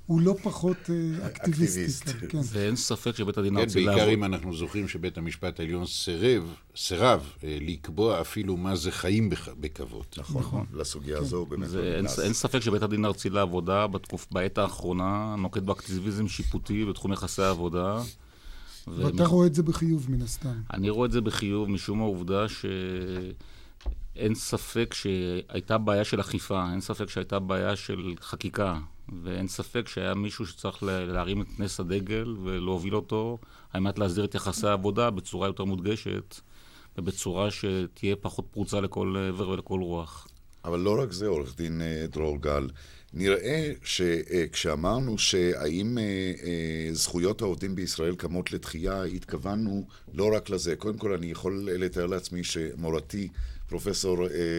הוא לא פחות אקטיביסטי. כן. ואין ספק שבית הדין הארצי לעבודה... לעבוד... בעיקר אם אנחנו זוכרים שבית המשפט העליון סירב, סירב לקבוע אפילו מה זה חיים בכבוד. נכון, נכון. לסוגיה הזו באמת לא נמנס. אין ספק שבית הדין הארצי לעבודה בעת האחרונה נוקט באקטיביזם שיפוטי בתחום יחסי העבודה. ואתה רואה את זה בחיוב מן הסתם. אני רואה את זה בחיוב משום העובדה ש... אין ספק שהייתה בעיה של אכיפה, אין ספק שהייתה בעיה של חקיקה, ואין ספק שהיה מישהו שצריך להרים את נס הדגל ולהוביל אותו, על מנת להסדיר את יחסי העבודה בצורה יותר מודגשת, ובצורה שתהיה פחות פרוצה לכל עבר ולכל רוח. אבל לא רק זה, עורך דין דרור גל, נראה שכשאמרנו שהאם זכויות העובדים בישראל קמות לתחייה, התכוונו לא רק לזה. קודם כל אני יכול לתאר לעצמי שמורתי, פרופסור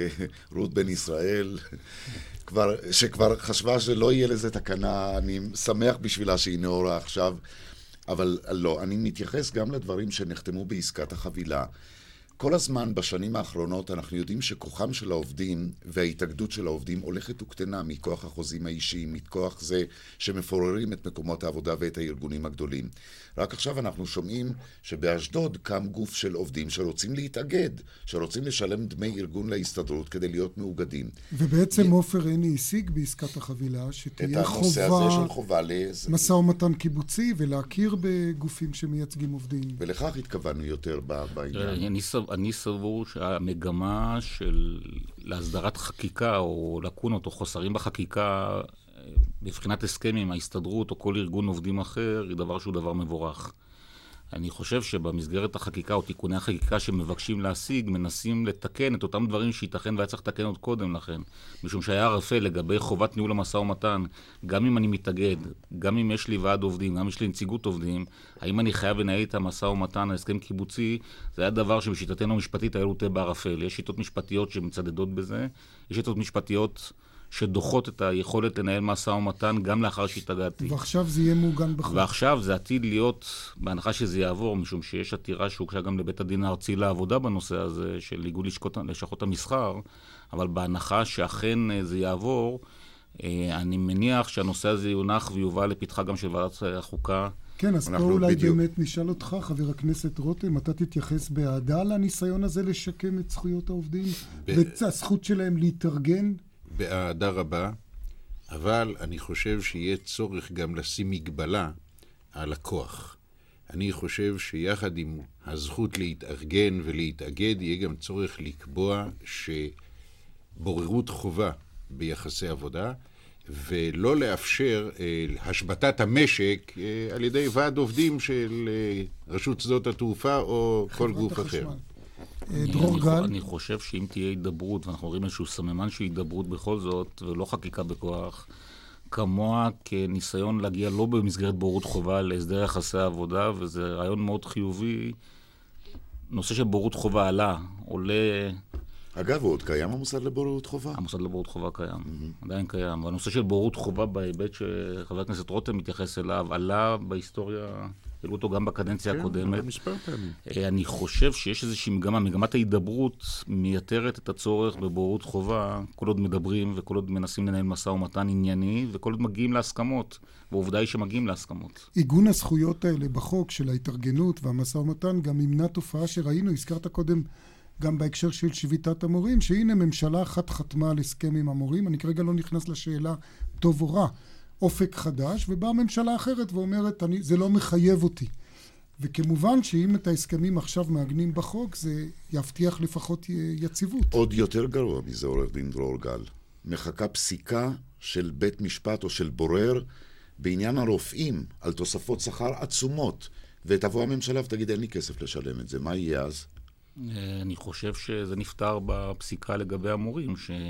רות בן ישראל, כבר, שכבר חשבה שלא יהיה לזה תקנה, אני שמח בשבילה שהיא נאורה עכשיו, אבל לא, אני מתייחס גם לדברים שנחתמו בעסקת החבילה. כל הזמן בשנים האחרונות אנחנו יודעים שכוחם של העובדים וההתאגדות של העובדים הולכת וקטנה מכוח החוזים האישיים, מכוח זה שמפוררים את מקומות העבודה ואת הארגונים הגדולים. רק עכשיו אנחנו שומעים שבאשדוד קם גוף של עובדים שרוצים להתאגד, שרוצים לשלם דמי ארגון להסתדרות כדי להיות מאוגדים. ובעצם עופר עיני השיג בעסקת החבילה שתהיה חובה, חובה משא ומתן קיבוצי ולהכיר בגופים שמייצגים עובדים. ולכך התכוונו יותר בעניין. אני סבור שהמגמה של להסדרת חקיקה או לקונות או חוסרים בחקיקה בבחינת הסכם עם ההסתדרות או כל ארגון עובדים אחר היא דבר שהוא דבר מבורך. אני חושב שבמסגרת החקיקה או תיקוני החקיקה שמבקשים להשיג, מנסים לתקן את אותם דברים שייתכן והיה צריך לתקן עוד קודם לכן. משום שהיה רפה לגבי חובת ניהול המשא ומתן, גם אם אני מתאגד, גם אם יש לי ועד עובדים, גם אם יש לי נציגות עובדים, האם אני חייב לנהל את המשא ומתן, ההסכם קיבוצי, זה היה דבר שבשיטתנו המשפטית היה לוטה בערפל. יש שיטות משפטיות שמצדדות בזה, יש שיטות משפטיות שדוחות את היכולת לנהל משא ומתן גם לאחר שהתאגדתי. ועכשיו זה יהיה מעוגן בחוק. ועכשיו זה עתיד להיות, בהנחה שזה יעבור, משום שיש עתירה שהוגשה גם לבית הדין הארצי לעבודה בנושא הזה, של איגוד לשכות המסחר, אבל בהנחה שאכן זה יעבור, אני מניח שהנושא הזה יונח ויובא לפתחה גם של ועדת החוקה. כן, אז פה אולי בדיוק. באמת נשאל אותך, חבר הכנסת רותם, אתה תתייחס באהדה לניסיון הזה לשקם את זכויות העובדים, ב... ואת הזכות שלהם להתארגן? באהדה רבה, אבל אני חושב שיהיה צורך גם לשים מגבלה על הכוח. אני חושב שיחד עם הזכות להתארגן ולהתאגד, יהיה גם צורך לקבוע שבוררות חובה ביחסי עבודה, ולא לאפשר אה, השבתת המשק אה, על ידי ועד עובדים של אה, רשות שדות התעופה או כל גוף אחר. דרור גל? אני חושב שאם תהיה הידברות, ואנחנו רואים איזשהו סממן של הידברות בכל זאת, ולא חקיקה בכוח, כמוה כניסיון להגיע לא במסגרת בוררות חובה להסדר יחסי העבודה, וזה רעיון מאוד חיובי. נושא של בוררות חובה עלה, עולה... אגב, הוא עוד קיים המוסד לבוררות חובה? המוסד לבוררות חובה קיים, mm-hmm. עדיין קיים. והנושא של בוררות חובה בהיבט שחבר הכנסת רותם מתייחס אליו, עלה בהיסטוריה, העלו אותו גם בקדנציה כן, הקודמת. מספר פעמים. אני חושב שיש איזושהי מגמה, מגמת ההידברות מייתרת את הצורך בבוררות חובה, כל עוד מדברים וכל עוד מנסים לנהל משא ומתן ענייני, וכל עוד מגיעים להסכמות, והעובדה היא שמגיעים להסכמות. עיגון הזכויות האלה בחוק של ההתארגנות והמשא ומתן גם ימנע תופעה שראינו, הזכרת קודם, גם בהקשר של שביתת המורים, שהנה ממשלה אחת חתמה על הסכם עם המורים, אני כרגע לא נכנס לשאלה טוב או רע, אופק חדש, ובאה ממשלה אחרת ואומרת, אני, זה לא מחייב אותי. וכמובן שאם את ההסכמים עכשיו מעגנים בחוק, זה יבטיח לפחות יציבות. עוד יותר גרוע מזה, עורך דין דרור גל. מחכה פסיקה של בית משפט או של בורר בעניין הרופאים על תוספות שכר עצומות, ותבוא הממשלה ותגיד, אין לי כסף לשלם את זה. מה יהיה אז? אני חושב שזה נפתר בפסיקה לגבי המורים,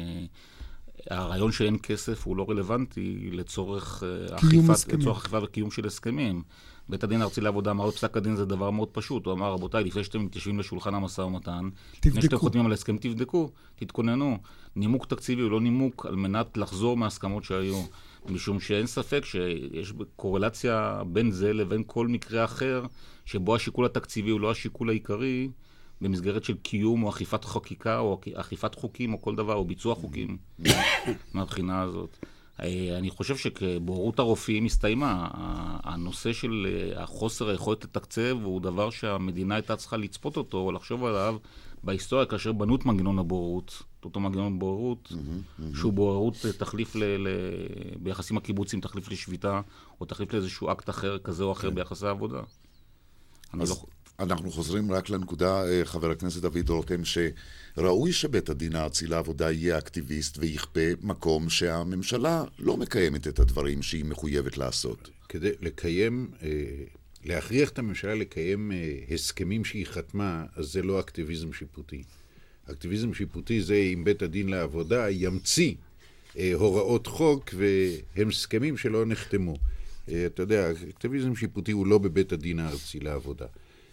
שהרעיון שאין כסף הוא לא רלוונטי לצורך אכיפה וקיום של הסכמים. בית הדין הארצי לעבודה אמר, פסק הדין זה דבר מאוד פשוט. הוא אמר, רבותיי, לפני שאתם מתיישבים לשולחן המשא ומתן, לפני שאתם חותמים על הסכם, תבדקו, תתכוננו. נימוק תקציבי הוא לא נימוק על מנת לחזור מההסכמות שהיו. משום שאין ספק שיש קורלציה בין זה לבין כל מקרה אחר, שבו השיקול התקציבי הוא לא השיקול העיקרי, במסגרת של קיום או אכיפת חקיקה או אכיפת חוקים או כל דבר, או ביצוע חוקים מהבחינה הזאת. אני חושב שבוררות הרופאים הסתיימה. הנושא של החוסר היכולת לתקצב הוא דבר שהמדינה הייתה צריכה לצפות אותו או לחשוב עליו בהיסטוריה כאשר בנו את מנגנון הבוררות, אותו מנגנון בוררות, שהוא בוררות תחליף ל... ביחסים הקיבוציים, תחליף לשביתה או תחליף לאיזשהו אקט אחר, כזה או אחר ביחסי העבודה. אז לא... אנחנו חוזרים רק לנקודה, חבר הכנסת דוד רותם, שראוי שבית הדין הארצי לעבודה יהיה אקטיביסט ויכפה מקום שהממשלה לא מקיימת את הדברים שהיא מחויבת לעשות. כדי לקיים, להכריח את הממשלה לקיים הסכמים שהיא חתמה, אז זה לא אקטיביזם שיפוטי. אקטיביזם שיפוטי זה אם בית הדין לעבודה ימציא הוראות חוק והם הסכמים שלא נחתמו. אתה יודע, אקטיביזם שיפוטי הוא לא בבית הדין הארצי לעבודה.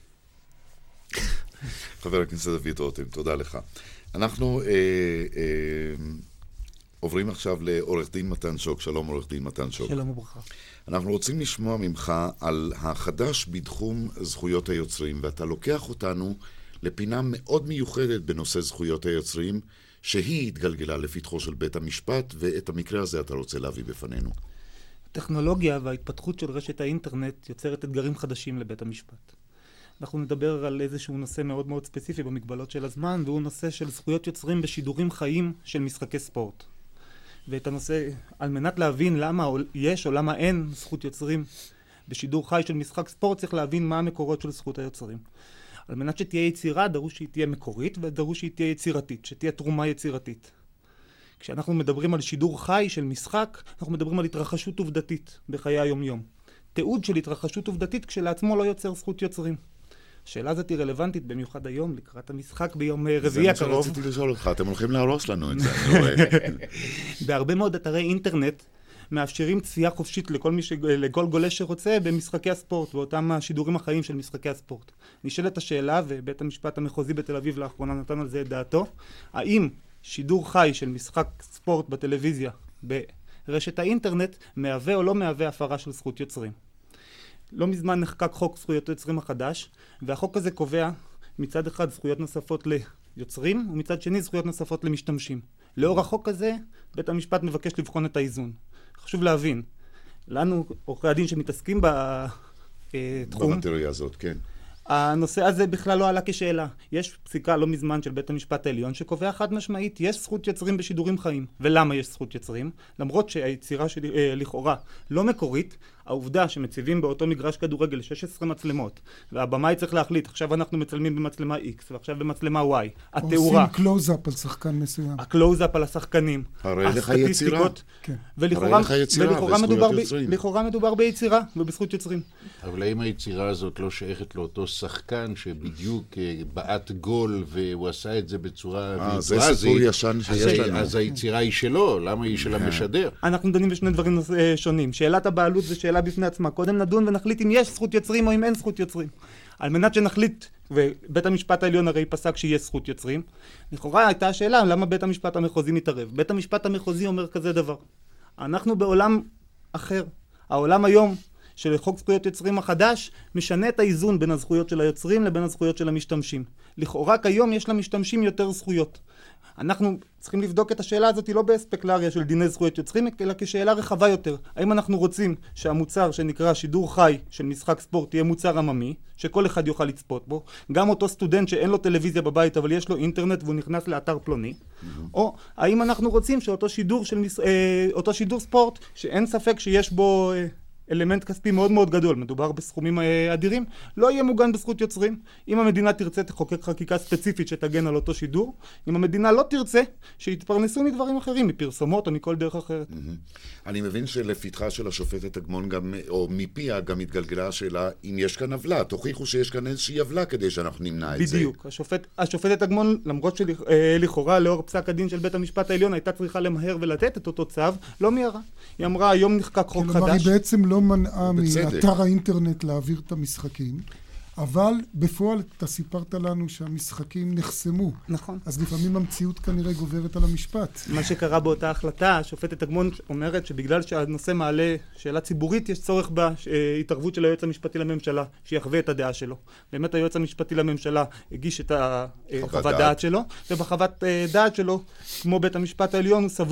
חבר הכנסת דוד רותם, תודה לך. אנחנו אה, אה, עוברים עכשיו לעורך דין מתן שוק. שלום עורך דין מתן שוק. שלום וברכה. אנחנו רוצים לשמוע ממך על החדש בתחום זכויות היוצרים, ואתה לוקח אותנו לפינה מאוד מיוחדת בנושא זכויות היוצרים, שהיא התגלגלה לפתחו של בית המשפט, ואת המקרה הזה אתה רוצה להביא בפנינו. הטכנולוגיה וההתפתחות של רשת האינטרנט יוצרת אתגרים חדשים לבית המשפט. אנחנו נדבר על איזשהו נושא מאוד מאוד ספציפי במגבלות של הזמן, והוא נושא של זכויות יוצרים בשידורים חיים של משחקי ספורט. ואת הנושא, על מנת להבין למה יש או למה אין זכות יוצרים בשידור חי של משחק ספורט, צריך להבין מה המקורות של זכות היוצרים. על מנת שתהיה יצירה, דרוש שהיא תהיה מקורית, ודרוש שהיא תהיה יצירתית, שתהיה תרומה יצירתית. כשאנחנו מדברים על שידור חי של משחק, אנחנו מדברים על התרחשות עובדתית בחיי היום-יום. תיעוד של התרחשות עובדתית כשלעצמו לא יוצר זכות יוצרים. השאלה הזאת היא רלוונטית במיוחד היום, לקראת המשחק ביום רביעי הקרוב. זה מה שרציתי לשאול אותך, אתם הולכים להרוס לנו את זה, אני רואה. בהרבה מאוד אתרי אינטרנט מאפשרים צפייה חופשית לכל, מי ש... לכל גולש שרוצה במשחקי הספורט, באותם השידורים החיים של משחקי הספורט. נשאלת השאלה, ובית המשפט המחוזי בתל אביב לאחרונה נתן על זה את דעתו, האם שידור חי של משחק ספורט בטלוויזיה ברשת האינטרנט מהווה או לא מהווה הפרה של זכות יוצרים? לא מזמן נחקק חוק זכויות היוצרים החדש, והחוק הזה קובע מצד אחד זכויות נוספות ליוצרים, ומצד שני זכויות נוספות למשתמשים. לאור החוק הזה, בית המשפט מבקש לבחון את האיזון. חשוב להבין, לנו, עורכי הדין שמתעסקים בתחום, במטריה הזאת, כן. הנושא הזה בכלל לא עלה כשאלה. יש פסיקה לא מזמן של בית המשפט העליון שקובע חד משמעית, יש זכות יוצרים בשידורים חיים. ולמה יש זכות יוצרים? למרות שהיצירה שלי, אה, לכאורה לא מקורית, העובדה שמציבים באותו מגרש כדורגל שש עשרה מצלמות, והבמאי צריך להחליט, עכשיו אנחנו מצלמים במצלמה X, ועכשיו במצלמה Y. התאורה. עושים קלוז-אפ על שחקן מסוים. הקלוז-אפ על השחקנים. הרי לך יצירה. כן. ולכאורה, הרי לך יצירה וזכויות יוצרים. לכאורה מדובר ביצירה ובזכות יוצרים. אבל האם היצירה הזאת לא שייכת לאותו שחקן שבדיוק בעט גול והוא עשה את זה בצורה אה, זה סיפור ישן שיש לנו. אז היצירה היא שלו, למה היא של המשדר? אנחנו דנים בשני דברים שונים. שאלת הבעלות זה שאלה בפני עצמה. קודם נדון ונחליט אם יש זכות יוצרים או אם אין זכות יוצרים. על מנת שנחליט, ובית המשפט העליון הרי פסק שיש זכות יוצרים, לכאורה הייתה השאלה למה בית המשפט המחוזי מתערב. בית המשפט המחוזי אומר כזה דבר. אנחנו בעולם אחר. העולם היום של חוק זכויות יוצרים החדש משנה את האיזון בין הזכויות של היוצרים לבין הזכויות של המשתמשים. לכאורה כיום יש למשתמשים יותר זכויות. אנחנו צריכים לבדוק את השאלה הזאת לא באספקלריה של דיני זכויות יוצרים, אלא כשאלה רחבה יותר. האם אנחנו רוצים שהמוצר שנקרא שידור חי של משחק ספורט יהיה מוצר עממי, שכל אחד יוכל לצפות בו, גם אותו סטודנט שאין לו טלוויזיה בבית אבל יש לו אינטרנט והוא נכנס לאתר פלוני, mm-hmm. או האם אנחנו רוצים שאותו שידור, של, אה, אותו שידור ספורט, שאין ספק שיש בו אה, אלמנט כספי מאוד מאוד גדול, מדובר בסכומים אדירים, לא יהיה מוגן בזכות יוצרים. אם המדינה תרצה תחוקק חקיקה ספציפית שתגן על אותו שידור, אם המדינה לא תרצה שיתפרנסו מדברים אחרים, מפרסומות או מכל דרך אחרת. אני מבין שלפתחה של השופטת אגמון גם, או מפיה גם התגלגלה השאלה אם יש כאן עוולה, תוכיחו שיש כאן איזושהי עוולה כדי שאנחנו נמנע את זה. בדיוק, השופט, השופטת אגמון, למרות שלכאורה לאור פסק הדין של בית המשפט העליון הייתה צריכה למהר ולתת את אותו צו, לא מהרה. היא אמרה היום נחקק חוק חדש. כלומר היא בעצם לא מנעה מאתר האינטרנט להעביר את המשחקים, אבל בפועל אתה סיפרת לנו שהמשחקים נחסמו. נכון. אז לפעמים המציאות כנראה גוברת על המשפט. מה שקרה באותה החלטה, השופטת אגמון אומרת שבגלל שהנושא מעלה שאלה ציבורית, יש צורך בהתערבות של היועץ המשפטי לממשלה, שיחווה את הדעה שלו. באמת היועץ המשפטי לממשלה הגיש את החוות דעת שלו, ובחוות דעת שלו, כמו בית המשפט העליון, הוא סבור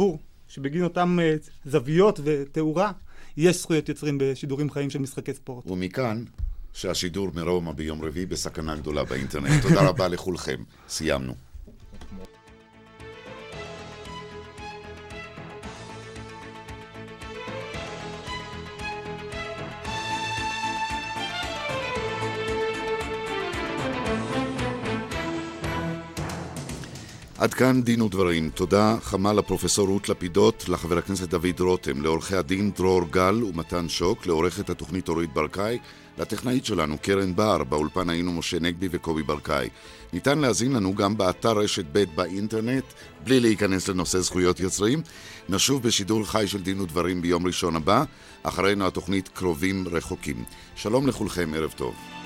שבגין אותם זוויות ותאורה, יש זכויות יוצרים בשידורים חיים של משחקי ספורט. ומכאן שהשידור מרומא ביום רביעי בסכנה גדולה באינטרנט. תודה רבה לכולכם. סיימנו. עד כאן דין ודברים. תודה חמה לפרופסור רות לפידות, לחבר הכנסת דוד רותם, לעורכי הדין דרור גל ומתן שוק, לעורכת התוכנית אורית ברקאי, לטכנאית שלנו קרן בר, באולפן היינו משה נגבי וקובי ברקאי. ניתן להזין לנו גם באתר רשת ב' באינטרנט, בלי להיכנס לנושא זכויות יוצרים. נשוב בשידור חי של דין ודברים ביום ראשון הבא, אחרינו התוכנית קרובים רחוקים. שלום לכולכם, ערב טוב.